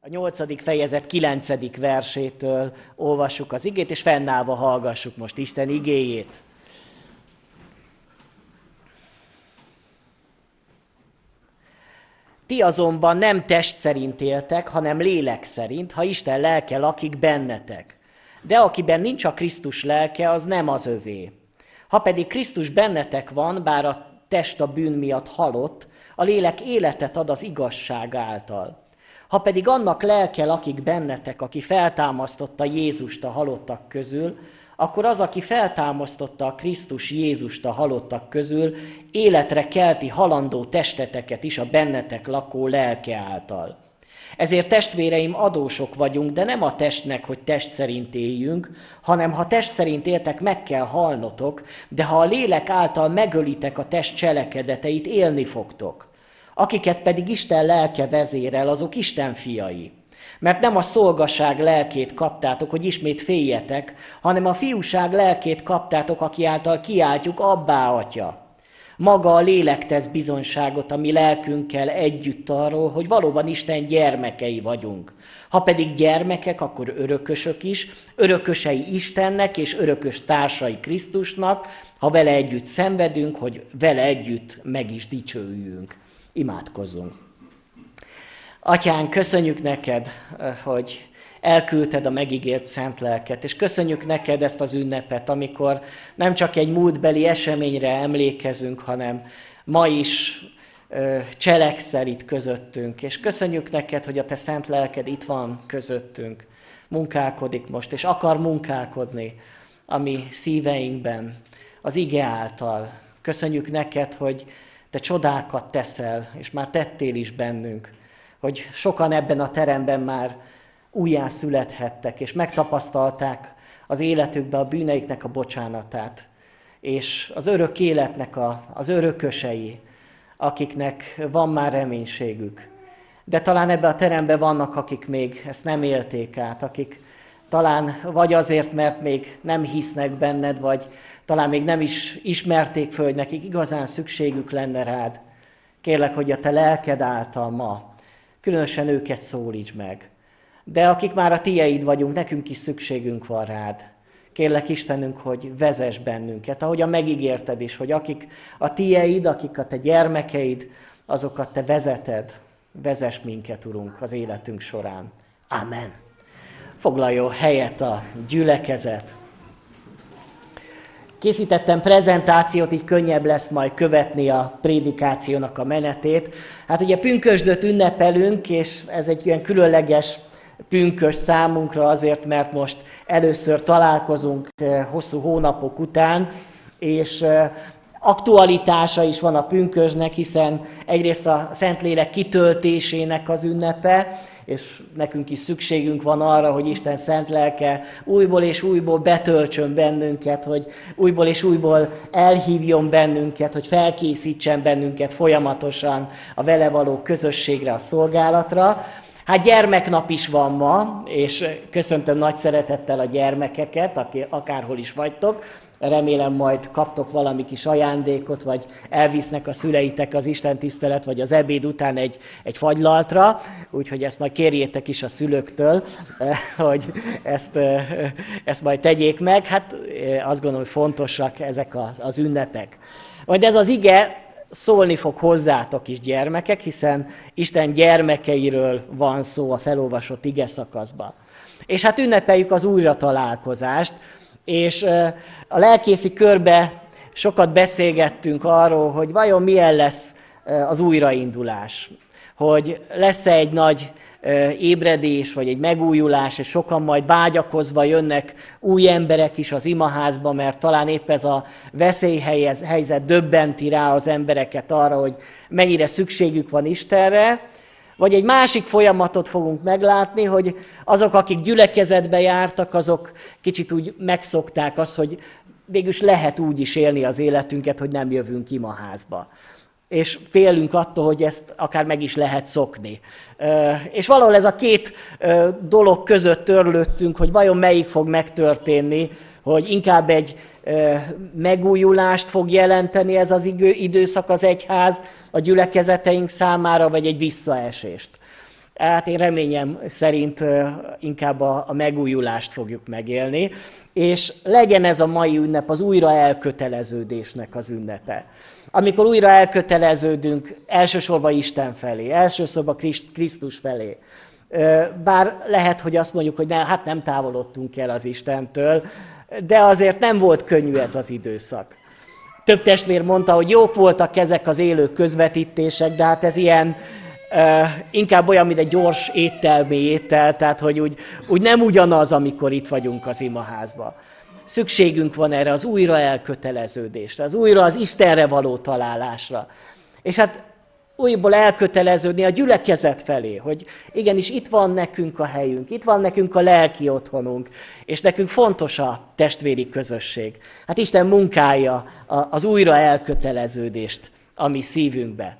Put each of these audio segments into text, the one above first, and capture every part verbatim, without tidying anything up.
A nyolcadik fejezet kilencedik versétől olvassuk az igét, és fennállva hallgassuk most Isten igéjét. Ti azonban nem test szerint éltek, hanem lélek szerint, ha Isten lelke lakik bennetek. De akiben nincs a Krisztus lelke, az nem az övé. Ha pedig Krisztus bennetek van, bár a test a bűn miatt halott, a lélek életet ad az igazság által. Ha pedig annak lelke lakik bennetek, aki feltámasztotta Jézust a halottak közül, akkor az, aki feltámasztotta a Krisztus Jézust a halottak közül, életre kelti halandó testeteket is a bennetek lakó lelke által. Ezért testvéreim, adósok vagyunk, de nem a testnek, hogy test szerint éljünk, hanem ha test szerint éltek, meg kell halnotok, de ha a lélek által megölitek a test cselekedeteit, élni fogtok. Akiket pedig Isten lelke vezérel, azok Isten fiai. Mert nem a szolgaság lelkét kaptátok, hogy ismét féljetek, hanem a fiúság lelkét kaptátok, aki által kiáltjuk, Abbá, Atya. Maga a lélek tesz bizonyságot a mi lelkünkkel együtt arról, hogy valóban Isten gyermekei vagyunk. Ha pedig gyermekek, akkor örökösök is, örökösei Istennek és örökös társai Krisztusnak, ha vele együtt szenvedünk, hogy vele együtt meg is dicsőüljünk. Imádkozzunk. Atyánk, köszönjük neked, hogy elküldted a megígért szent lelket, és köszönjük neked ezt az ünnepet, amikor nem csak egy múltbeli eseményre emlékezünk, hanem ma is cselekszel itt közöttünk, és köszönjük neked, hogy a te szent lelked itt van közöttünk, munkálkodik most, és akar munkálkodni a mi szíveinkben, az ige által. Köszönjük neked, hogy te csodákat teszel, és már tettél is bennünk, hogy sokan ebben a teremben már újjá születhettek, és megtapasztalták az életükben a bűneiknek a bocsánatát, és az örök életnek a, az örökösei, akiknek van már reménységük. De talán ebben a teremben vannak, akik még ezt nem élték át, akik talán vagy azért, mert még nem hisznek benned, vagy talán még nem is ismerték föl, hogy nekik igazán szükségük lenne rád. Kérlek, hogy a te lelked által ma különösen őket szólíts meg. De akik már a tieid vagyunk, nekünk is szükségünk van rád. Kérlek Istenünk, hogy vezess bennünket, ahogyan megígérted is, hogy akik a tieid, akik a te gyermekeid, azokat te vezeted. Vezess minket, Urunk, az életünk során. Amen. Foglaljon helyet a gyülekezet. Készítettem prezentációt, így könnyebb lesz majd követni a prédikációnak a menetét. Hát ugye pünkösdöt ünnepelünk, és ez egy ilyen különleges pünkös számunkra azért, mert most először találkozunk hosszú hónapok után, és aktualitása is van a pünkösnek, hiszen egyrészt a Szentlélek kitöltésének az ünnepe, és nekünk is szükségünk van arra, hogy Isten szent lelke újból és újból betöltsön bennünket, hogy újból és újból elhívjon bennünket, hogy felkészítsen bennünket folyamatosan a vele való közösségre, a szolgálatra. Hát gyermeknap is van ma, és köszöntöm nagy szeretettel a gyermekeket, akik akárhol is vagytok. Remélem majd kaptok valami kis ajándékot, vagy elvisznek a szüleitek az istentisztelet, vagy az ebéd után egy, egy fagylaltra, úgyhogy ezt majd kérjétek is a szülőktől, hogy ezt, ezt majd tegyék meg. Hát azt gondolom, hogy fontosak ezek az ünnepek. Majd ez az ige szólni fog hozzátok is, gyermekek, hiszen Isten gyermekeiről van szó a felolvasott ige szakaszban. És hát ünnepeljük az újratalálkozást, és a lelkészi körbe sokat beszélgettünk arról, hogy vajon milyen lesz az újraindulás. Hogy lesz-e egy nagy ébredés, vagy egy megújulás, és sokan majd vágyakozva jönnek új emberek is az imaházba, mert talán épp ez a veszélyhelyzet döbbenti rá az embereket arra, hogy mennyire szükségük van Istenre. Vagy egy másik folyamatot fogunk meglátni, hogy azok, akik gyülekezetbe jártak, azok kicsit úgy megszokták azt, hogy végülis lehet úgy is élni az életünket, hogy nem jövünk imaházba. És félünk attól, hogy ezt akár meg is lehet szokni. És valahol ez a két dolog között törlődtünk, hogy vajon melyik fog megtörténni, hogy inkább egy megújulást fog jelenteni ez az időszak az egyház a gyülekezeteink számára, vagy egy visszaesést. Hát én reményem szerint inkább a, a megújulást fogjuk megélni, és legyen ez a mai ünnep az újra elköteleződésnek az ünnepe. Amikor újra elköteleződünk elsősorban Isten felé, elsősorban Krisztus felé. Bár lehet, hogy azt mondjuk, hogy ne, hát nem távolodtunk el az Istentől, de azért nem volt könnyű ez az időszak. Több testvér mondta, hogy jók voltak ezek az élő közvetítések, de hát ez ilyen, uh, inkább olyan, mint egy gyors éttermi étel, tehát hogy úgy, úgy nem ugyanaz, amikor itt vagyunk az imaházban. Szükségünk van erre az újra elköteleződésre, az újra az Istenre való találásra. És hát újból elköteleződni a gyülekezet felé, hogy igenis itt van nekünk a helyünk, itt van nekünk a lelki otthonunk, és nekünk fontos a testvéri közösség. Hát Isten munkálja az újra elköteleződést a mi szívünkbe.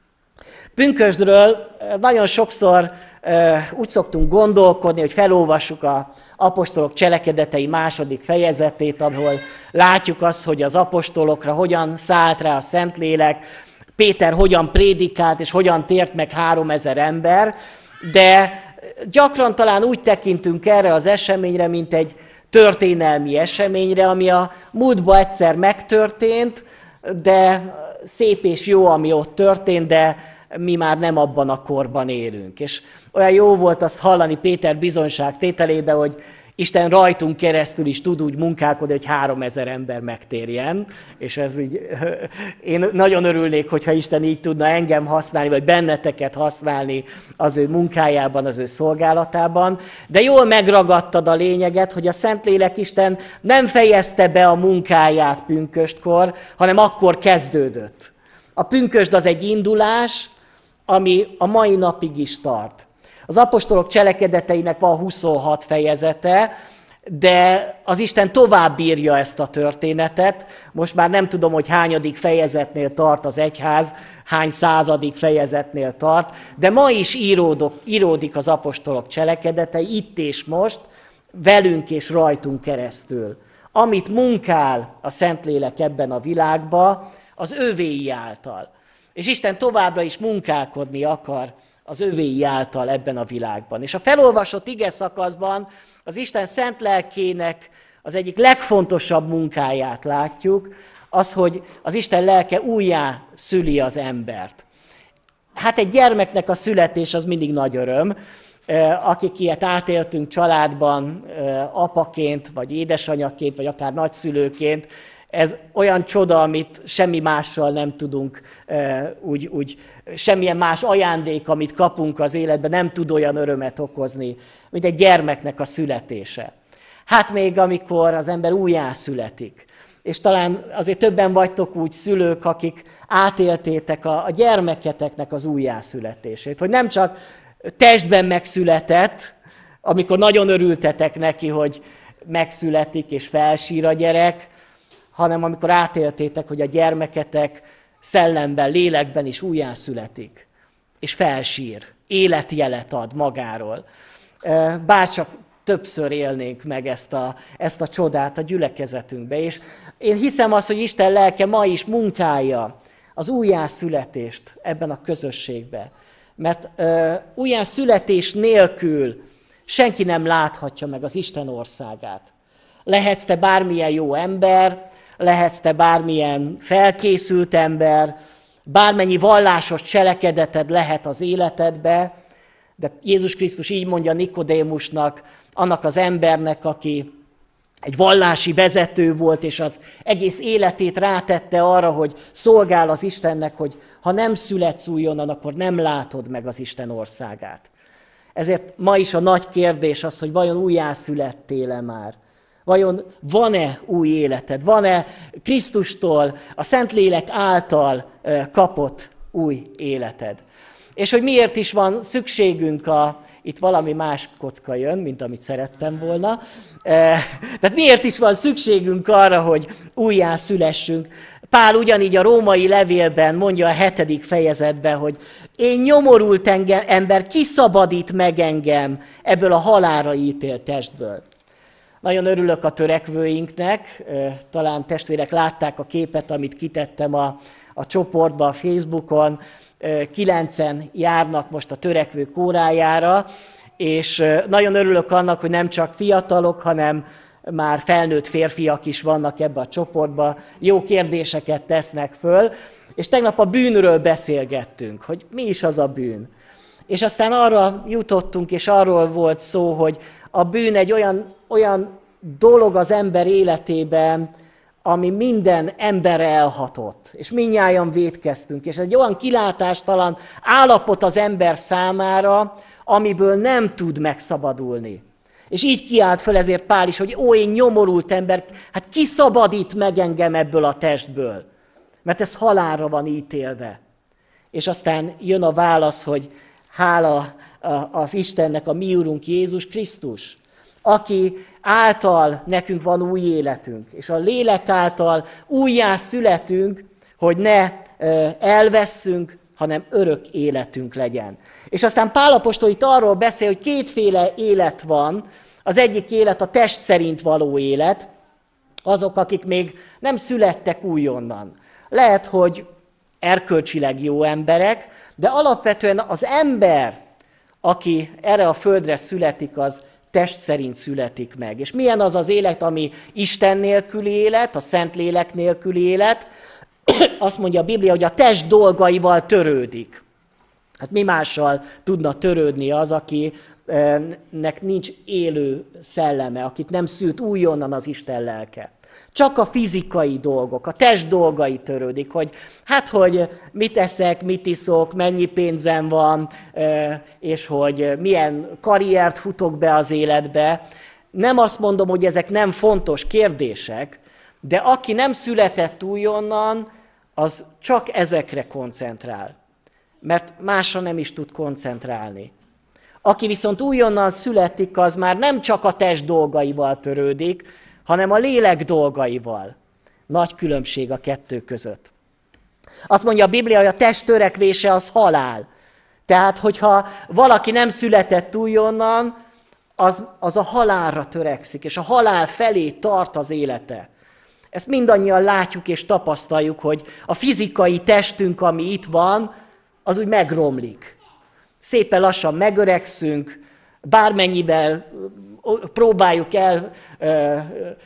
Pünkösdről nagyon sokszor úgy szoktunk gondolkodni, hogy felolvassuk az apostolok cselekedetei második fejezetét, ahol látjuk azt, hogy az apostolokra hogyan szállt rá a Szentlélek, Péter hogyan prédikált, és hogyan tért meg háromezer ember, de gyakran talán úgy tekintünk erre az eseményre, mint egy történelmi eseményre, ami a múltban egyszer megtörtént, de szép és jó, ami ott történt, de mi már nem abban a korban élünk. És olyan jó volt azt hallani Péter bizonyságtételében, hogy Isten rajtunk keresztül is tud úgy munkálkodni, hogy háromezer ember megtérjen, és ez így, én nagyon örülnék, hogyha Isten így tudna engem használni, vagy benneteket használni az ő munkájában, az ő szolgálatában. De jól megragadtad a lényeget, hogy a Szentlélek Isten nem fejezte be a munkáját pünköstkor, hanem akkor kezdődött. A pünkösd az egy indulás, ami a mai napig is tart. Az apostolok cselekedeteinek van huszonhat fejezete, de az Isten tovább írja ezt a történetet. Most már nem tudom, hogy hányadik fejezetnél tart az egyház, hány századik fejezetnél tart, de ma is íródok, íródik az apostolok cselekedetei, itt és most, velünk és rajtunk keresztül. Amit munkál a Szentlélek ebben a világban, az övéi által. És Isten továbbra is munkálkodni akar az övéi által ebben a világban. És a felolvasott ige szakaszban az Isten szent lelkének az egyik legfontosabb munkáját látjuk, az, hogy az Isten lelke újjá szüli az embert. Hát egy gyermeknek a születés az mindig nagy öröm. Akik ilyet átéltünk családban, apaként, vagy édesanyaként, vagy akár nagyszülőként, ez olyan csoda, amit semmi mással nem tudunk, úgy, úgy, semmilyen más ajándék, amit kapunk az életben, nem tud olyan örömet okozni, mint egy gyermeknek a születése. Hát még amikor az ember újjászületik, és talán azért többen vagytok úgy szülők, akik átéltétek a, a gyermeketeknek az újjászületését, hogy nem csak testben megszületett, amikor nagyon örültetek neki, hogy megszületik és felsír a gyerek, hanem amikor átéltétek, hogy a gyermeketek szellemben, lélekben is újjászületik, és felsír, életjelet ad magáról. Bárcsak többször élnénk meg ezt a, ezt a csodát a gyülekezetünkbe. És én hiszem azt, hogy Isten lelke ma is munkálja az újjászületést ebben a közösségben. Mert uh, újjászületés nélkül senki nem láthatja meg az Isten országát. Lehetsz te bármilyen jó ember, lehetsz te bármilyen felkészült ember, bármennyi vallásos cselekedeted lehet az életedbe, de Jézus Krisztus így mondja Nikodémusnak, annak az embernek, aki egy vallási vezető volt, és az egész életét rátette arra, hogy szolgál az Istennek, hogy ha nem születsz újonnan, akkor nem látod meg az Isten országát. Ezért ma is a nagy kérdés az, hogy vajon újjászülettél-e már? Vajon van-e új életed? Van-e Krisztustól, a Szentlélek által kapott új életed? És hogy miért is van szükségünk a... Itt valami más kocka jön, mint amit szerettem volna. Tehát miért is van szükségünk arra, hogy újjászülessünk? Pál ugyanígy a római levélben mondja a hetedik fejezetben, hogy én nyomorult engem, ember, kiszabadít meg engem ebből a halálra ítélt testből. Nagyon örülök a törekvőinknek, talán testvérek látták a képet, amit kitettem a, a csoportba, a Facebookon, kilencen járnak most a törekvők órájára, és nagyon örülök annak, hogy nem csak fiatalok, hanem már felnőtt férfiak is vannak ebbe a csoportba, jó kérdéseket tesznek föl, és tegnap a bűnről beszélgettünk, hogy mi is az a bűn. És aztán arra jutottunk, és arról volt szó, hogy a bűn egy olyan, olyan dolog az ember életében, ami minden emberre elhatott, és mindnyájan vétkeztünk, és egy olyan kilátástalan állapot az ember számára, amiből nem tud megszabadulni. És így kiállt föl ezért Pál is, hogy ó, én nyomorult ember, hát ki szabadít meg engem ebből a testből? Mert ez halálra van ítélve. És aztán jön a válasz, hogy hála az Istennek, a mi Úrunk Jézus Krisztus, aki által nekünk van új életünk, és a lélek által újjá születünk, hogy ne elvesszünk, hanem örök életünk legyen. És aztán Pál apostol itt arról beszél, hogy kétféle élet van. Az egyik élet a test szerint való élet, azok, akik még nem születtek újonnan. Lehet, hogy erkölcsileg jó emberek, de alapvetően az ember, aki erre a földre születik, az test szerint születik meg. És milyen az az élet, ami Isten nélküli élet, a Szentlélek nélküli élet? Azt mondja a Biblia, hogy a test dolgaival törődik. Hát mi mással tudna törődni az, akinek nincs élő szelleme, akit nem szült újonnan az Isten lelke. Csak a fizikai dolgok, a test dolgai törődik, hogy hát, hogy mit eszek, mit iszok, mennyi pénzem van, és hogy milyen karriert futok be az életbe. Nem azt mondom, hogy ezek nem fontos kérdések, de aki nem született újonnan, az csak ezekre koncentrál, mert másra nem is tud koncentrálni. Aki viszont újonnan születik, az már nem csak a test dolgaival törődik, hanem a lélek dolgaival. Nagy különbség a kettő között. Azt mondja a Biblia, hogy a test törekvése az halál. Tehát, hogyha valaki nem született újonnan, az, az a halálra törekszik, és a halál felé tart az élete. Ezt mindannyian látjuk és tapasztaljuk, hogy a fizikai testünk, ami itt van, az úgy megromlik. Szépen lassan megöregszünk, bármennyivel próbáljuk el ö,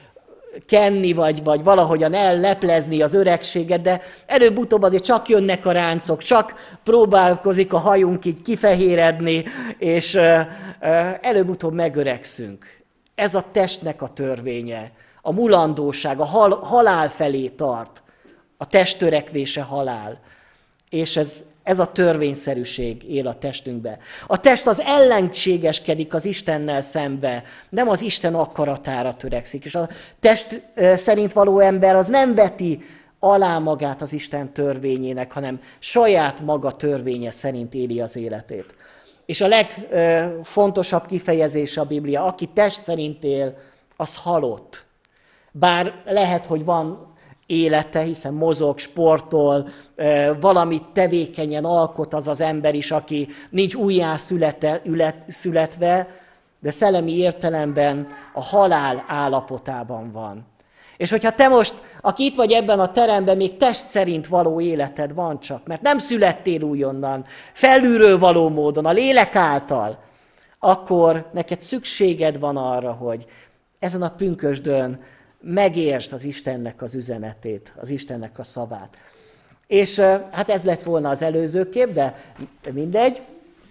kenni, vagy, vagy valahogyan elleplezni az öregséget, de előbb-utóbb azért csak jönnek a ráncok, csak próbálkozik a hajunk így kifehéredni, és ö, ö, előbb-utóbb megöregszünk. Ez a testnek a törvénye. A mulandóság, a hal, halál felé tart, a test törekvése halál. És ez, ez a törvényszerűség él a testünkbe. A test az ellenségeskedik az Istennel szembe, nem az Isten akaratára törekszik. És a test szerint való ember az nem veti alá magát az Isten törvényének, hanem saját maga törvénye szerint éli az életét. És a legfontosabb kifejezése a Biblia, aki test szerint él, az halott. Bár lehet, hogy van élete, hiszen mozog, sportol, valamit tevékenyen alkot az az ember is, aki nincs újjá születe, ület, születve, de szellemi értelemben a halál állapotában van. És hogyha te most, aki itt vagy ebben a teremben, még test szerint való életed van csak, mert nem születtél újonnan, felülről való módon, a lélek által, akkor neked szükséged van arra, hogy ezen a pünkösdön megértsd az Istennek az üzenetét, az Istennek a szavát. És hát ez lett volna az előző kép, de mindegy.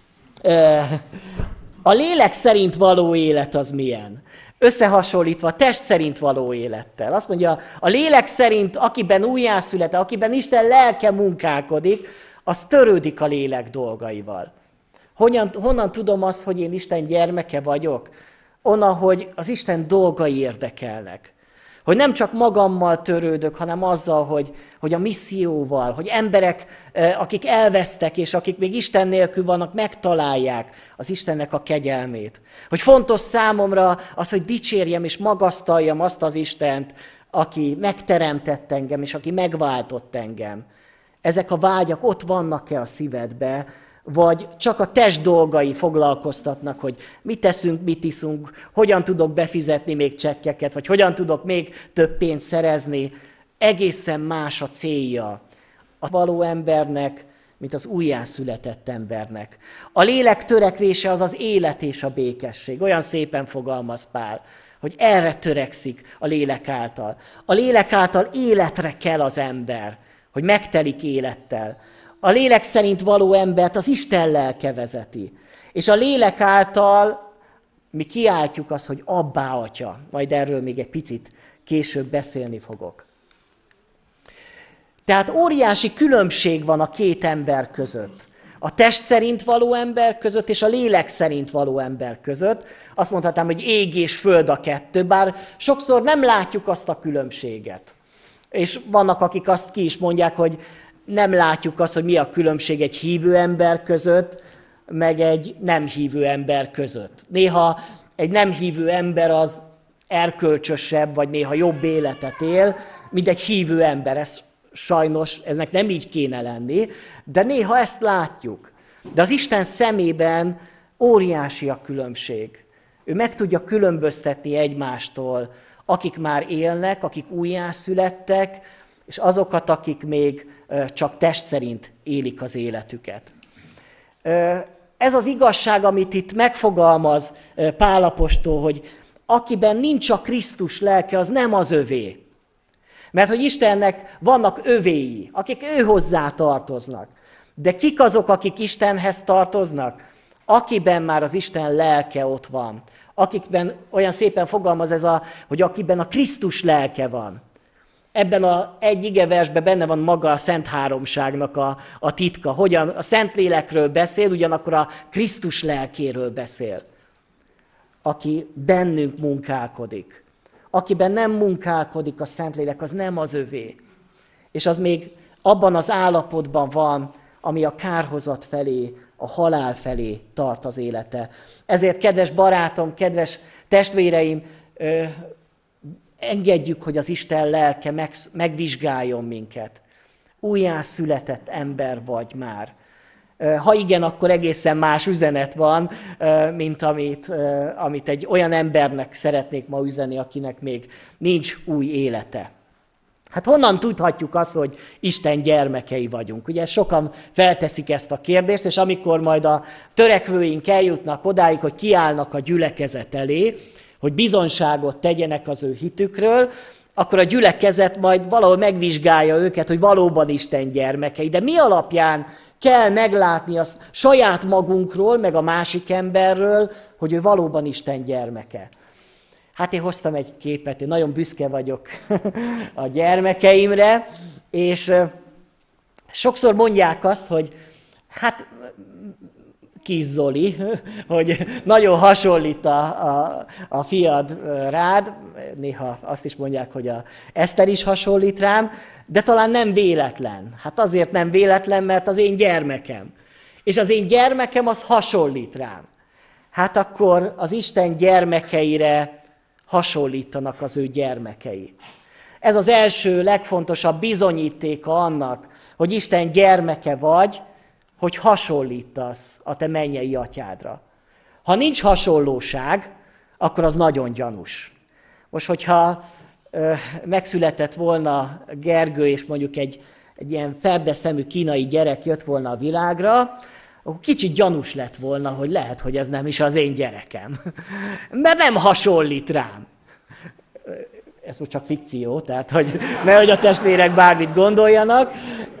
A lélek szerint való élet az milyen? Összehasonlítva a test szerint való élettel. Azt mondja, a lélek szerint, akiben újjászülete, akiben Isten lelke munkálkodik, az törődik a lélek dolgaival. Honnan, honnan tudom azt, hogy én Isten gyermeke vagyok? Onnan, hogy az Isten dolgai érdekelnek. Hogy nem csak magammal törődök, hanem azzal, hogy, hogy a misszióval, hogy emberek, akik elvesztek, és akik még Isten nélkül vannak, megtalálják az Istennek a kegyelmét. Hogy fontos számomra az, hogy dicsérjem és magasztaljam azt az Istent, aki megteremtett engem, és aki megváltott engem. Ezek a vágyak ott vannak-e a szívedbe, vagy csak a test dolgai foglalkoztatnak, hogy mit teszünk, mit iszunk, hogyan tudok befizetni még csekkeket, vagy hogyan tudok még több pénzt szerezni. Egészen más a célja. A való embernek mint az újjászületett embernek. A lélek törekvése az az élet és a békesség. Olyan szépen fogalmaz Pál, hogy erre törekszik a lélek által. A lélek által életre kell az ember, hogy megtelik élettel. A lélek szerint való embert az Isten lelke vezeti. És a lélek által mi kiáltjuk azt, hogy Abbá, Atya. Majd erről még egy picit később beszélni fogok. Tehát óriási különbség van a két ember között. A test szerint való ember között és a lélek szerint való ember között. Azt mondhatnám, hogy ég és föld a kettő, bár sokszor nem látjuk azt a különbséget. És vannak, akik azt ki is mondják, hogy nem látjuk azt, hogy mi a különbség egy hívő ember között, meg egy nem hívő ember között. Néha egy nem hívő ember az erkölcsösebb, vagy néha jobb életet él, mint egy hívő ember. Ez sajnos, eznek nem így kéne lenni, de néha ezt látjuk. De az Isten szemében óriási a különbség. Ő meg tudja különböztetni egymástól, akik már élnek, akik újjászülettek, és azokat, akik még csak test szerint élik az életüket. Ez az igazság, amit itt megfogalmaz Pál apostol, hogy akiben nincs a Krisztus lelke, az nem az övé. Mert hogy Istennek vannak övéi, akik ő hozzá tartoznak. De kik azok, akik Istenhez tartoznak? Akiben már az Isten lelke ott van. Akikben, olyan szépen fogalmaz ez, a, hogy akiben a Krisztus lelke van. Ebben a egy igeversben benne van maga a Szent Háromságnak a, a titka. Hogyan a Szentlélekről beszél, ugyanakkor a Krisztus lelkéről beszél. Aki bennünk munkálkodik. Akiben nem munkálkodik a Szentlélek, az nem az övé. És az még abban az állapotban van, ami a kárhozat felé, a halál felé tart az élete. Ezért, kedves barátom, kedves testvéreim, engedjük, hogy az Isten lelke meg, megvizsgáljon minket. Újjászületett ember vagy már. Ha igen, akkor egészen más üzenet van, mint amit, amit egy olyan embernek szeretnék ma üzenni, akinek még nincs új élete. Hát honnan tudhatjuk azt, hogy Isten gyermekei vagyunk? Ugye sokan felteszik ezt a kérdést, és amikor majd a törekvőink eljutnak odáig, hogy kiállnak a gyülekezet elé, hogy bizonyságot tegyenek az ő hitükről, akkor a gyülekezet majd valahol megvizsgálja őket, hogy valóban Isten gyermekei. De mi alapján kell meglátni azt saját magunkról, meg a másik emberről, hogy ő valóban Isten gyermeke? Hát én hoztam egy képet, én nagyon büszke vagyok a gyermekeimre, és sokszor mondják azt, hogy hát kis Zoli, hogy nagyon hasonlít a, a, a fiad rád, néha azt is mondják, hogy a Eszter is hasonlít rám, de talán nem véletlen. Hát azért nem véletlen, mert az én gyermekem. És az én gyermekem az hasonlít rám. Hát akkor az Isten gyermekeire hasonlítanak az ő gyermekei. Ez az első, legfontosabb bizonyítéka annak, hogy Isten gyermeke vagy, hogy hasonlítasz a te mennyei atyádra. Ha nincs hasonlóság, akkor az nagyon gyanús. Most, hogyha ö, megszületett volna Gergő, és mondjuk egy, egy ilyen ferdeszemű kínai gyerek jött volna a világra, akkor kicsit gyanús lett volna, hogy lehet, hogy ez nem is az én gyerekem. Mert nem hasonlít rám. Ez most csak fikció, tehát hogy nehogy a testvérek bármit gondoljanak.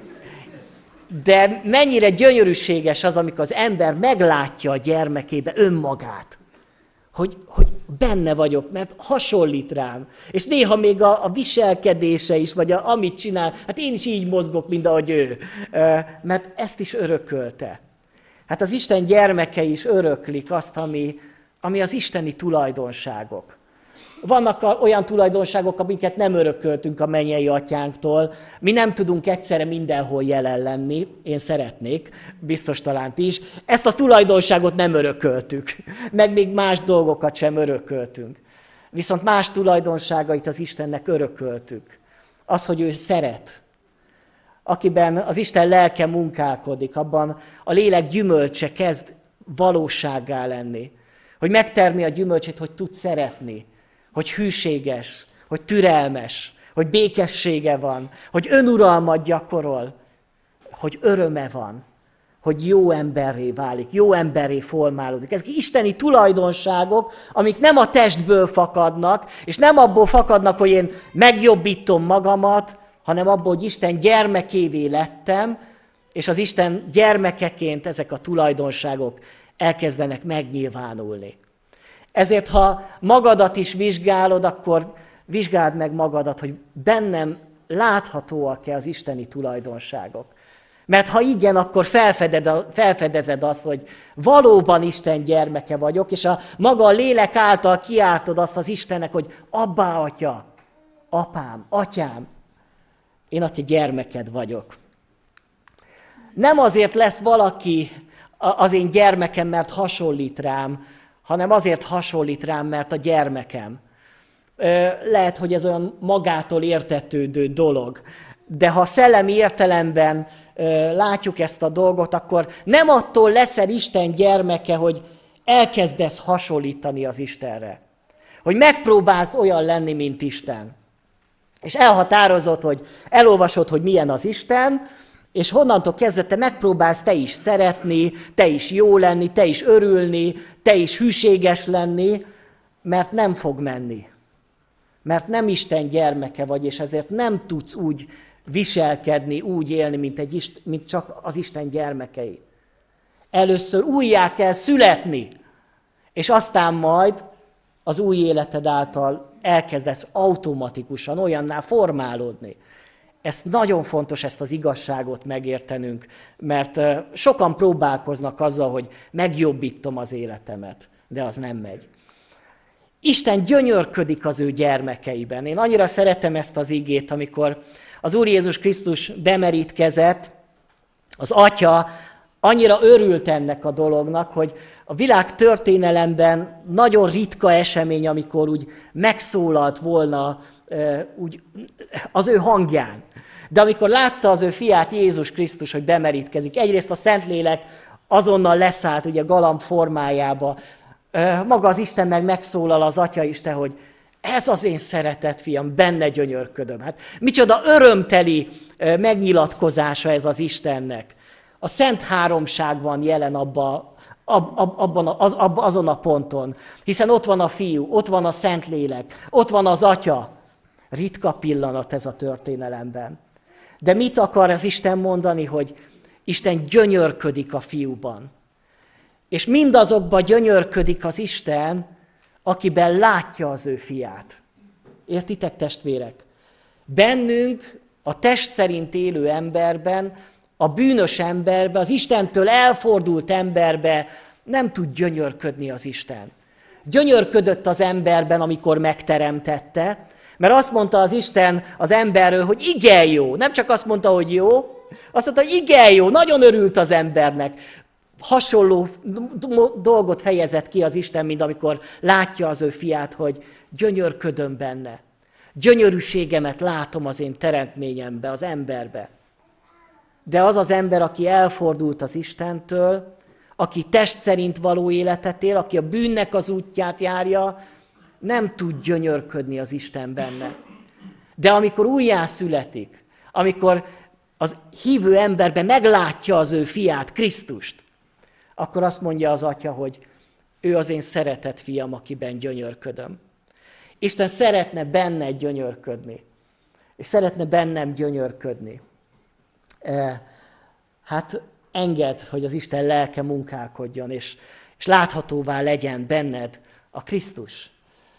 De mennyire gyönyörűséges az, amikor az ember meglátja a gyermekébe önmagát. Hogy, hogy benne vagyok, mert hasonlít rám. És néha még a, a viselkedése is, vagy a, amit csinál, hát én is így mozgok, mint ahogy ő. Mert ezt is örökölte. Hát az Isten gyermekei is öröklik azt, ami, ami az isteni tulajdonságok. Vannak olyan tulajdonságok, amiket nem örököltünk a mennyei atyánktól. Mi nem tudunk egyszerre mindenhol jelen lenni, én szeretnék, biztos talán ti is. Ezt a tulajdonságot nem örököltük, meg még más dolgokat sem örököltünk. Viszont más tulajdonságait az Istennek örököltük. Az, hogy ő szeret. Akiben az Isten lelke munkálkodik, abban a lélek gyümölcse kezd valósággá lenni. Hogy megtermi a gyümölcsét, hogy tud szeretni. Hogy hűséges, hogy türelmes, hogy békessége van, hogy önuralmat gyakorol, hogy öröme van. hogy jó emberré válik, jó emberré formálódik. Ezek isteni tulajdonságok, amik nem a testből fakadnak, és nem abból fakadnak, hogy én megjobbítom magamat, hanem abból, hogy Isten gyermekévé lettem, és az Isten gyermekeként ezek a tulajdonságok elkezdenek megnyilvánulni. Ezért, ha magadat is vizsgálod, akkor vizsgáld meg magadat, hogy bennem láthatóak-e az isteni tulajdonságok. Mert ha igen, akkor felfeded, felfedezed azt, hogy valóban Isten gyermeke vagyok, és a maga a lélek által kiáltod azt az Istennek, hogy Abbá, Atya, apám, atyám, én a te gyermeked vagyok. Nem azért lesz valaki az én gyermekem, mert hasonlít rám, hanem azért hasonlít rám, mert a gyermekem. Lehet, hogy ez olyan magától értetődő dolog, de ha szellemi értelemben látjuk ezt a dolgot, akkor nem attól leszel Isten gyermeke, hogy elkezdesz hasonlítani az Istenre. Hogy megpróbálsz olyan lenni, mint Isten. És elhatározod, hogy elolvasod, hogy milyen az Isten, és honnantól kezdve te megpróbálsz te is szeretni, te is jó lenni, te is örülni, te is hűséges lenni, mert nem fog menni. Mert nem Isten gyermeke vagy, és ezért nem tudsz úgy viselkedni, úgy élni, mint, egy, mint csak az Isten gyermekei. Először újjá kell születni, és aztán majd az új életed által elkezdesz automatikusan olyanná formálódni. Ez nagyon fontos, ezt az igazságot megértenünk, mert sokan próbálkoznak azzal, hogy megjobbítom az életemet, de az nem megy. Isten gyönyörködik az ő gyermekeiben. Én annyira szeretem ezt az igét, amikor az Úr Jézus Krisztus bemerítkezett, az Atya annyira örült ennek a dolognak, hogy a világ történelemben nagyon ritka esemény, amikor úgy megszólalt volna úgy, az ő hangján. De amikor látta az ő fiát, Jézus Krisztus, hogy bemerítkezik, egyrészt a Szentlélek azonnal leszállt ugye galamb formájába, maga az Isten meg megszólal az Atya Isten, hogy ez az én szeretett fiam, benne gyönyörködöm. Hát micsoda örömteli megnyilatkozása ez az Istennek. A Szent Háromság van jelen abba, ab, ab, abban a, az, ab, azon a ponton, hiszen ott van a Fiú, ott van a Szentlélek, ott van az Atya. Ritka pillanat ez a történelemben. De mit akar az Isten mondani, hogy Isten gyönyörködik a Fiúban. És mindazokban gyönyörködik az Isten, akiben látja az ő fiát. Értitek, testvérek? Bennünk, a test szerint élő emberben, a bűnös emberben, az Istentől elfordult emberben nem tud gyönyörködni az Isten. Gyönyörködött az emberben, amikor megteremtette, mert azt mondta az Isten az emberről, hogy igen jó. Nem csak azt mondta, hogy jó, azt mondta, hogy igen jó, nagyon örült az embernek. Hasonló dolgot fejezett ki az Isten, mint amikor látja az ő fiát, hogy gyönyörködöm benne. Gyönyörűségemet látom az én teremtményembe, az emberbe. De az az ember, aki elfordult az Istentől, aki test szerint való életet él, aki a bűnnek az útját járja, nem tud gyönyörködni az Isten benne. De amikor újjászületik, amikor az hívő emberben meglátja az ő fiát, Krisztust, akkor azt mondja az Atya, hogy ő az én szeretett fiam, akiben gyönyörködöm. Isten szeretne benne gyönyörködni, és szeretne bennem gyönyörködni. Hát engedd, hogy az Isten lelke munkálkodjon, és, és láthatóvá legyen benned a Krisztus.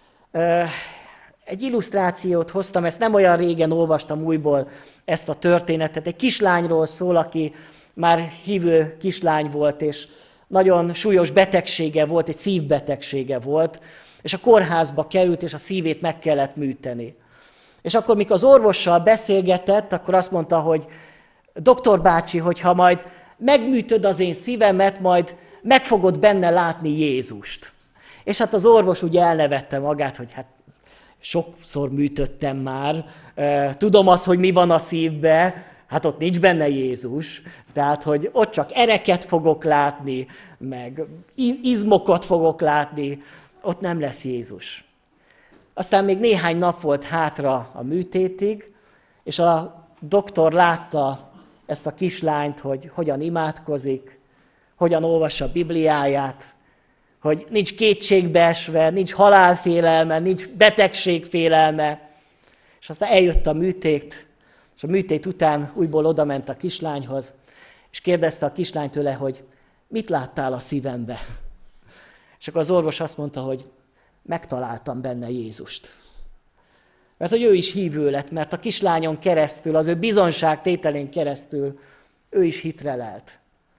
Egy illusztrációt hoztam, ezt nem olyan régen olvastam újból ezt a történetet. Egy kislányról szól, aki már hívő kislány volt, és nagyon súlyos betegsége volt, egy szívbetegsége volt, és a kórházba került, és a szívét meg kellett műteni. És akkor, mikor az orvossal beszélgetett, akkor azt mondta, hogy doktor bácsi, hogyha majd megműtöd az én szívemet, majd meg fogod benne látni Jézust. És hát az orvos ugye elnevette magát, hogy hát sokszor műtöttem már, tudom azt, hogy mi van a szívbe, hát ott nincs benne Jézus, tehát hogy ott csak ereket fogok látni, meg izmokat fogok látni, ott nem lesz Jézus. Aztán még néhány nap volt hátra a műtétig, és a doktor látta ezt a kislányt, hogy hogyan imádkozik, hogyan olvassa a Bibliáját, hogy nincs kétségbeesve, nincs halálfélelme, nincs betegségfélelme. És aztán eljött a műtét, és a műtét után újból odament a kislányhoz, és kérdezte a kislány tőle, hogy mit láttál a szívembe? És akkor az orvos azt mondta, hogy megtaláltam benne Jézust. Mert hogy ő is hívő lett, mert a kislányon keresztül, az ő bizonságtételén keresztül ő is hitre lelt.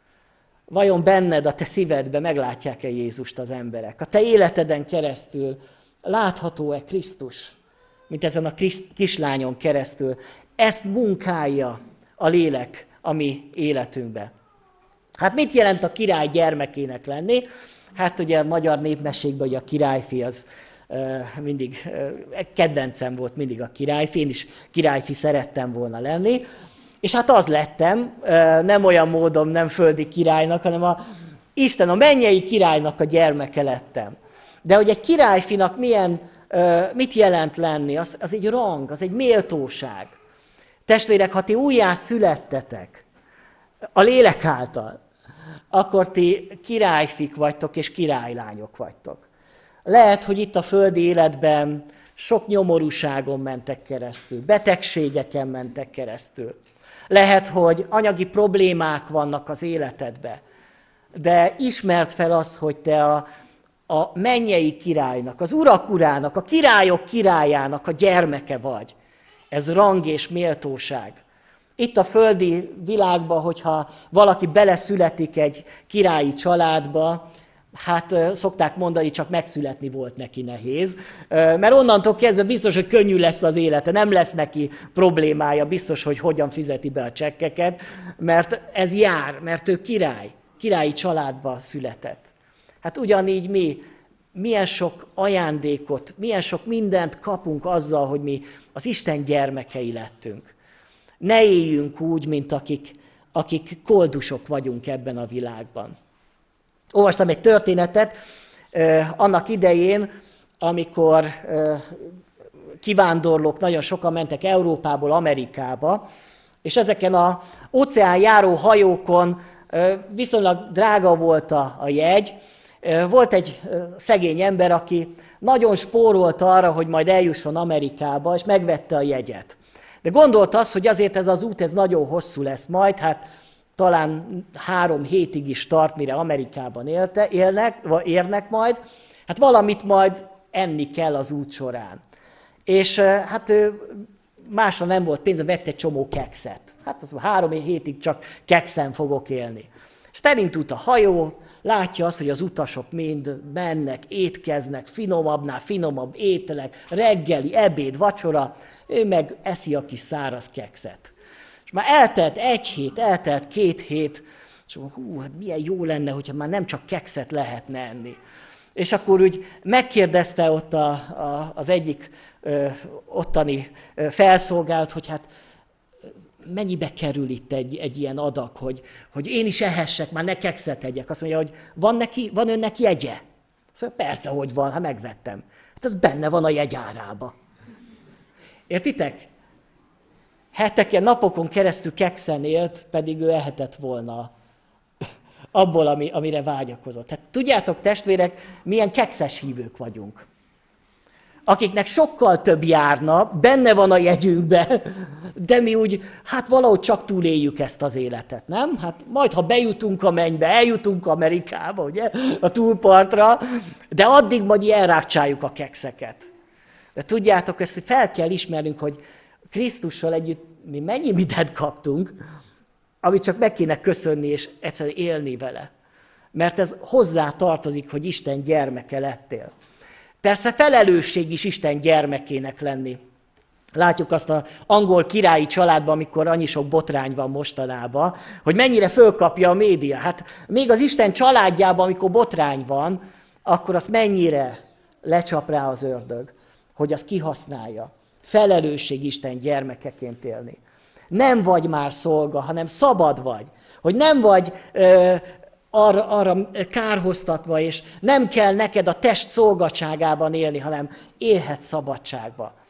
Vajon benned, a te szívedbe meglátják-e Jézust az emberek? A te életeden keresztül látható-e Krisztus, mint ezen a kislányon keresztül? Ezt munkálja a lélek a mi életünkbe. Hát mit jelent a király gyermekének lenni? Hát ugye a magyar népmesékben ugye a királyfi az uh, mindig, uh, kedvencem volt mindig a királyfi, én is királyfi szerettem volna lenni. És hát az lettem, uh, nem olyan módon nem földi királynak, hanem a Isten, a mennyei királynak a gyermeke lettem. De hogy egy királyfinak milyen, uh, mit jelent lenni, az, az egy rang, az egy méltóság. Testvérek, ha ti újjá születtetek a lélek által, akkor ti királyfik vagytok és királylányok vagytok. Lehet, hogy itt a földi életben sok nyomorúságon mentek keresztül, betegségeken mentek keresztül. Lehet, hogy anyagi problémák vannak az életedben, de ismerd fel azt, hogy te a, a mennyei királynak, az urak urának, a királyok királyának a gyermeke vagy. Ez rang és méltóság. Itt a földi világban, hogyha valaki beleszületik egy királyi családba, hát szokták mondani, csak megszületni volt neki nehéz, mert onnantól kezdve biztos, hogy könnyű lesz az élete, nem lesz neki problémája, biztos, hogy hogyan fizeti be a csekkeket, mert ez jár, mert ő király, királyi családba született. Hát ugyanígy mi, milyen sok ajándékot, milyen sok mindent kapunk azzal, hogy mi az Isten gyermekei lettünk. Ne éljünk úgy, mint akik, akik koldusok vagyunk ebben a világban. Olvastam egy történetet eh, annak idején, amikor eh, kivándorlók nagyon sokan mentek Európából Amerikába, és ezeken az óceánjáró hajókon eh, viszonylag drága volt a, a jegy. Eh, volt egy eh, szegény ember, aki nagyon spórolt arra, hogy majd eljusson Amerikába, és megvette a jegyet. De gondolt az, hogy azért ez az út ez nagyon hosszú lesz majd, hát talán három hétig is tart, mire Amerikában élte, élnek, vagy érnek majd, hát valamit majd enni kell az út során. És hát ő másra nem volt pénze, vett egy csomó kekszet. Hát az három hétig csak kekszen fogok élni. És elindult a hajó, látja azt, hogy az utasok mind mennek, étkeznek, finomabbnál finomabb ételek, reggeli, ebéd, vacsora, ő meg eszi a kis száraz kekszet. És már eltelt egy hét, eltelt két hét, és mondom, hú, hát milyen jó lenne, hogyha már nem csak kekszet lehetne enni. És akkor úgy megkérdezte ott a, a, az egyik ö, ottani ö, felszolgált, hogy hát mennyibe kerül itt egy, egy ilyen adag, hogy, hogy én is ehessek, már ne kekszet egyek. Azt mondja, hogy van, neki, van önnek jegye? Azt mondja, persze, hogy van, ha megvettem. Hát az benne van a jegy árába. Értitek? Heteken, napokon keresztül kekszen élt, pedig ő ehetett volna abból, ami, amire vágyakozott. Tehát tudjátok, testvérek, milyen kekszes hívők vagyunk. Akiknek sokkal több járna, benne van a jegyünkbe, de mi úgy, hát valahogy csak túléljük ezt az életet, nem? Hát majd, ha bejutunk a mennybe, eljutunk Amerikába, ugye, a túlpartra, de addig majd elrákcsáljuk a kekszeket. De tudjátok, ezt fel kell ismernünk, hogy Krisztussal együtt mi mennyi mindent kaptunk, amit csak meg kéne köszönni, és egyszerűen élni vele. Mert ez hozzá tartozik, hogy Isten gyermeke lettél. Persze felelősség is Isten gyermekének lenni. Látjuk azt az angol királyi családban, amikor annyi sok botrány van mostanában, hogy mennyire fölkapja a média. Hát még az Isten családjában, amikor botrány van, akkor azt mennyire lecsap rá az ördög, hogy azt kihasználja. Felelősség Isten gyermekeként élni. Nem vagy már szolga, hanem szabad vagy. Hogy nem vagy ö, arra, arra kárhoztatva, és nem kell neked a test szolgatságában élni, hanem élhetsz szabadságba.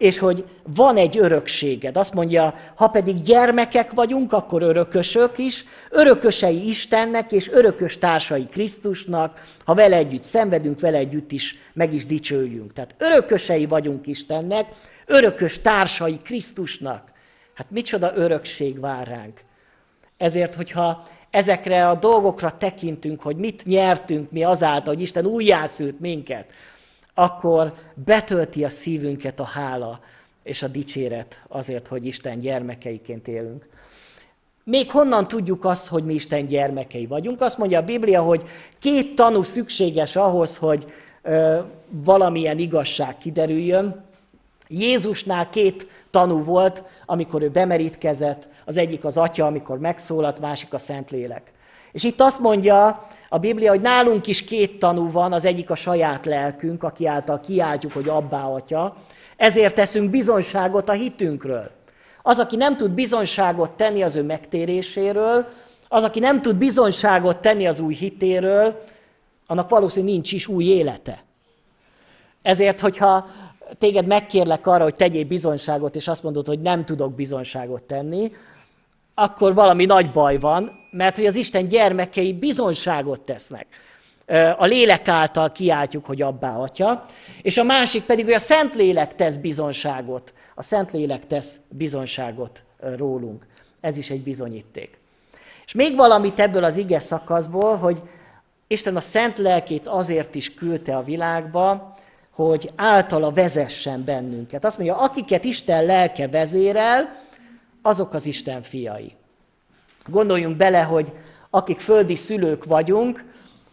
és hogy van egy örökséged. Azt mondja, ha pedig gyermekek vagyunk, akkor örökösök is, örökösei Istennek és örökös társai Krisztusnak, ha vele együtt szenvedünk, vele együtt is meg is dicsőjünk. Tehát örökösei vagyunk Istennek, örökös társai Krisztusnak. Hát micsoda örökség vár ránk. Ezért, hogyha ezekre a dolgokra tekintünk, hogy mit nyertünk mi azáltal, hogy Isten újjászült minket, akkor betölti a szívünket a hála és a dicséret azért, hogy Isten gyermekeiként élünk. Még honnan tudjuk azt, hogy mi Isten gyermekei vagyunk? Azt mondja a Biblia, hogy két tanú szükséges ahhoz, hogy ö, valamilyen igazság kiderüljön. Jézusnál két tanú volt, amikor ő bemerítkezett, az egyik az Atya, amikor megszólalt, másik a Szentlélek. És itt azt mondja a Biblia, hogy nálunk is két tanú van, az egyik a saját lelkünk, aki által kiáltjuk, hogy Abbá, Atya, ezért teszünk bizonyságot a hitünkről. Az, aki nem tud bizonyságot tenni az ő megtéréséről, az, aki nem tud bizonyságot tenni az új hitéről, annak valószínűleg nincs is új élete. Ezért, hogyha téged megkérlek arra, hogy tegyél bizonyságot, és azt mondod, hogy nem tudok bizonyságot tenni, akkor valami nagy baj van, mert hogy az Isten gyermekei bizonyságot tesznek. A lélek által kiáltjuk, hogy Abbá, Atya, és a másik pedig, hogy a Szentlélek tesz bizonyságot. A Szentlélek tesz bizonyságot rólunk. Ez is egy bizonyíték. És még valamit ebből az ige szakaszból, hogy Isten a Szent Lelkét azért is küldte a világba, hogy általa vezessen bennünket. Azt mondja, akiket Isten lelke vezérel, azok az Isten fiai. Gondoljunk bele, hogy akik földi szülők vagyunk,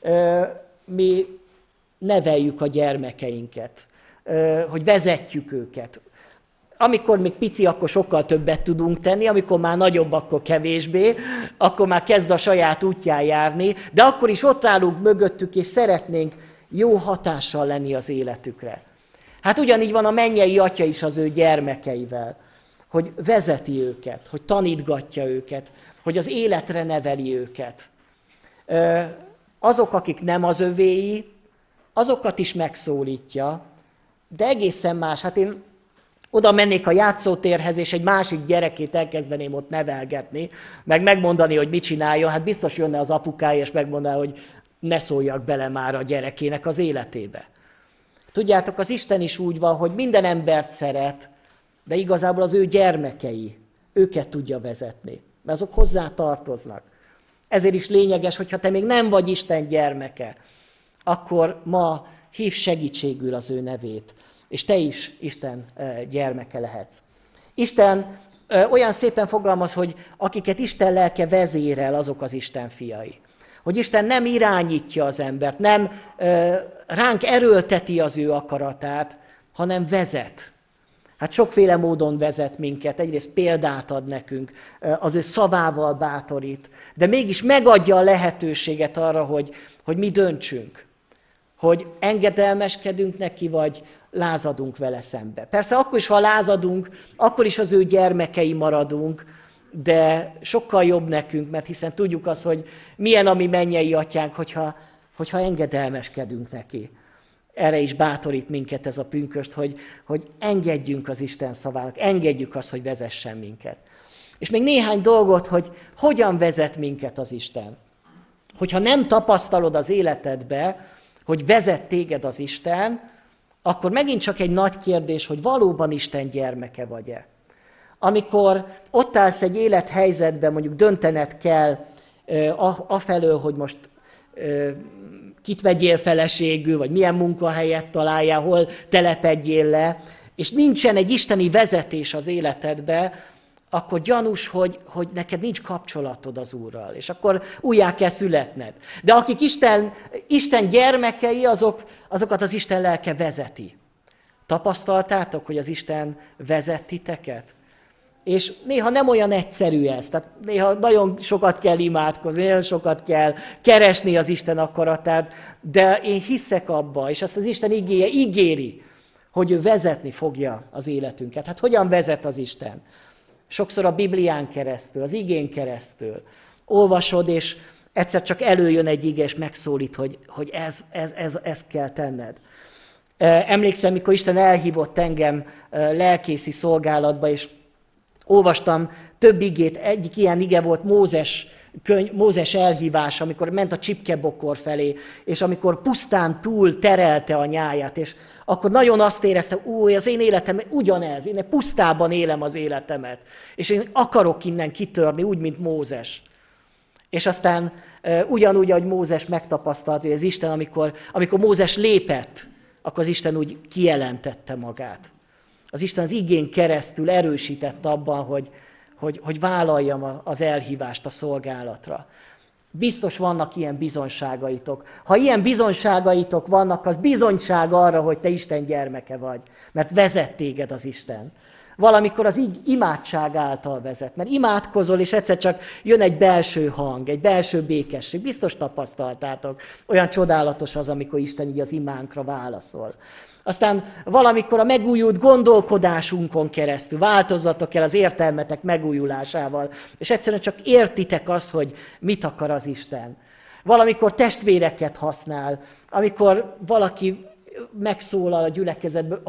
mi neveljük a gyermekeinket, hogy vezetjük őket. Amikor még pici, akkor sokkal többet tudunk tenni, amikor már nagyobb, akkor kevésbé, akkor már kezd a saját útján járni, de akkor is ott állunk mögöttük, és szeretnénk jó hatással lenni az életükre. Hát ugyanígy van a mennyei Atya is az ő gyermekeivel, hogy vezeti őket, hogy tanítgatja őket, hogy az életre neveli őket. Azok, akik nem az övéi, azokat is megszólítja, de egészen más. Hát én oda mennék a játszótérhez, és egy másik gyerekét elkezdeném ott nevelgetni, meg megmondani, hogy mit csináljon, hát biztos jönne az apukája, és megmondaná, hogy ne szóljak bele már a gyerekének az életébe. Tudjátok, az Isten is úgy van, hogy minden embert szeret, de igazából az ő gyermekei, őket tudja vezetni, mert azok hozzá tartoznak. Ezért is lényeges, hogyha te még nem vagy Isten gyermeke, akkor ma hív segítségül az ő nevét, és te is Isten gyermeke lehetsz. Isten olyan szépen fogalmaz, hogy akiket Isten lelke vezérel, azok az Isten fiai. Hogy Isten nem irányítja az embert, nem ránk erőlteti az ő akaratát, hanem vezet. Hát sokféle módon vezet minket, egyrészt példát ad nekünk, az ő szavával bátorít, de mégis megadja a lehetőséget arra, hogy, hogy mi döntsünk, hogy engedelmeskedünk neki, vagy lázadunk vele szembe. Persze akkor is, ha lázadunk, akkor is az ő gyermekei maradunk, de sokkal jobb nekünk, mert hiszen tudjuk azt, hogy milyen a mi mennyei atyánk, hogyha, hogyha engedelmeskedünk neki. Erre is bátorít minket ez a pünköst, hogy, hogy engedjünk az Isten szavának, engedjük azt, hogy vezessen minket. És még néhány dolgot, hogy hogyan vezet minket az Isten. Hogyha nem tapasztalod az életedbe, hogy vezet téged az Isten, akkor megint csak egy nagy kérdés, hogy valóban Isten gyermeke vagy-e. Amikor ott állsz egy élethelyzetben, mondjuk döntened kell afelől, hogy most kit vegyél feleségül, vagy milyen munkahelyet találjál, hol telepedjél le, és nincsen egy isteni vezetés az életedbe, akkor gyanús, hogy, hogy neked nincs kapcsolatod az Úrral, és akkor újjá kell születned. De akik Isten, Isten gyermekei, azok, azokat az Isten lelke vezeti. Tapasztaltátok, hogy az Isten vezet titeket? És néha nem olyan egyszerű ez, tehát néha nagyon sokat kell imádkozni, nagyon sokat kell keresni az Isten akaratát, de én hiszek abba, és azt az Isten igéje ígéri, hogy ő vezetni fogja az életünket. Hát hogyan vezet az Isten? Sokszor a Biblián keresztül, az igén keresztül. Olvasod, és egyszer csak előjön egy ige, és megszólít, hogy, hogy ez, ez, ez, ez kell tenned. Emlékszem, mikor Isten elhívott engem lelkészi szolgálatba, és olvastam több igét, egyik ilyen ige volt Mózes, könyv, Mózes elhívás, amikor ment a csipkebokor felé, és amikor pusztán túl terelte a nyáját, és akkor nagyon azt éreztem, új, az én életem ugyanez, én pusztában élem az életemet, és én akarok innen kitörni, úgy, mint Mózes. És aztán ugyanúgy, ahogy Mózes megtapasztalt, hogy az Isten, amikor, amikor Mózes lépett, akkor az Isten úgy kijelentette magát. Az Isten az igén keresztül erősített abban, hogy, hogy, hogy vállaljam az elhívást a szolgálatra. Biztos vannak ilyen bizonyságaitok. Ha ilyen bizonyságaitok vannak, az bizonyság arra, hogy te Isten gyermeke vagy, mert vezet téged az Isten. Valamikor az imádság által vezet, mert imádkozol, és egyszer csak jön egy belső hang, egy belső békesség. Biztos tapasztaltátok. Olyan csodálatos az, amikor Isten így az imánkra válaszol. Aztán valamikor a megújult gondolkodásunkon keresztül változzatok el az értelmetek megújulásával, és egyszerűen csak értitek azt, hogy mit akar az Isten. Valamikor testvéreket használ, amikor valaki megszólal a gyülekezetből,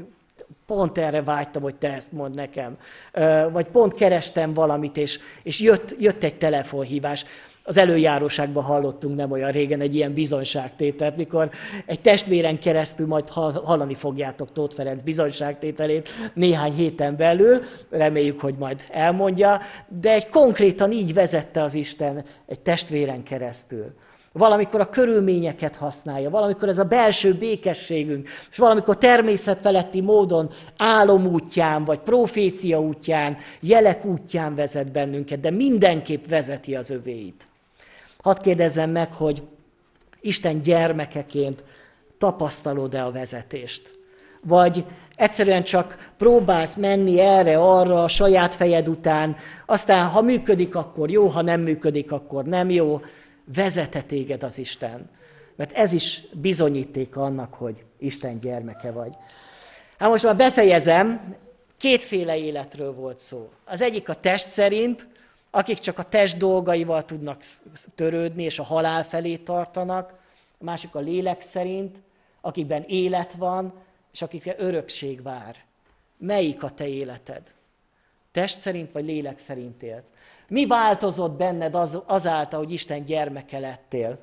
pont erre vágytam, hogy te ezt mondd nekem. Vagy pont kerestem valamit, és, és jött, jött egy telefonhívás. Az előjáróságban hallottunk nem olyan régen egy ilyen bizonyságtételt, mikor egy testvéren keresztül majd hallani fogjátok Tóth Ferenc bizonyságtételét néhány héten belül, reméljük, hogy majd elmondja, de egy konkrétan így vezette az Isten egy testvéren keresztül. Valamikor a körülményeket használja, valamikor ez a belső békességünk, és valamikor természetfeletti módon álom útján, vagy profécia útján, jelek útján vezet bennünket, de mindenképp vezeti az övéit. Hadd kérdezzem meg, hogy Isten gyermekeként tapasztalod-e a vezetést? Vagy egyszerűen csak próbálsz menni erre-arra a saját fejed után, aztán ha működik, akkor jó, ha nem működik, akkor nem jó. Vezete téged az Isten. Mert ez is bizonyíték annak, hogy Isten gyermeke vagy. Hát most már befejezem, kétféle életről volt szó. Az egyik a test szerint, akik csak a test dolgaival tudnak törődni, és a halál felé tartanak. A másik a lélek szerint, akikben élet van, és akikre örökség vár. Melyik a te életed? Test szerint, vagy lélek szerint élt? Mi változott benned az, azáltal, hogy Isten gyermeke lettél?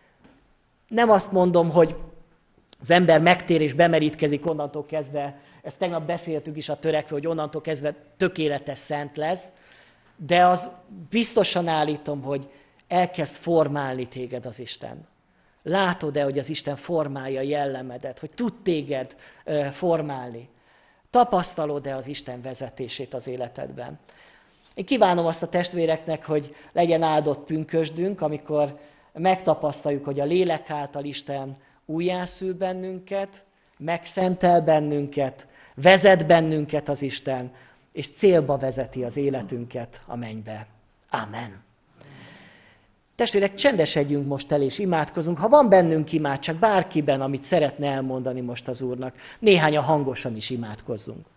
Nem azt mondom, hogy az ember megtér és bemerítkezik onnantól kezdve, ezt tegnap beszéltük is a törekvő, hogy onnantól kezdve tökéletes szent lesz, de az biztosan állítom, hogy elkezd formálni téged az Isten. Látod-e, hogy az Isten formálja jellemedet, hogy tud téged formálni? Tapasztalod-e az Isten vezetését az életedben? Én kívánom azt a testvéreknek, hogy legyen áldott pünkösdünk, amikor megtapasztaljuk, hogy a lélek által Isten újjászül bennünket, megszentel bennünket, vezet bennünket az Isten, és célba vezeti az életünket a mennybe. Ámen. Testvérek, csendesedjünk most el és imádkozunk. Ha van bennünk imádság bárkiben, amit szeretne elmondani most az Úrnak, néhányan hangosan is imádkozzunk.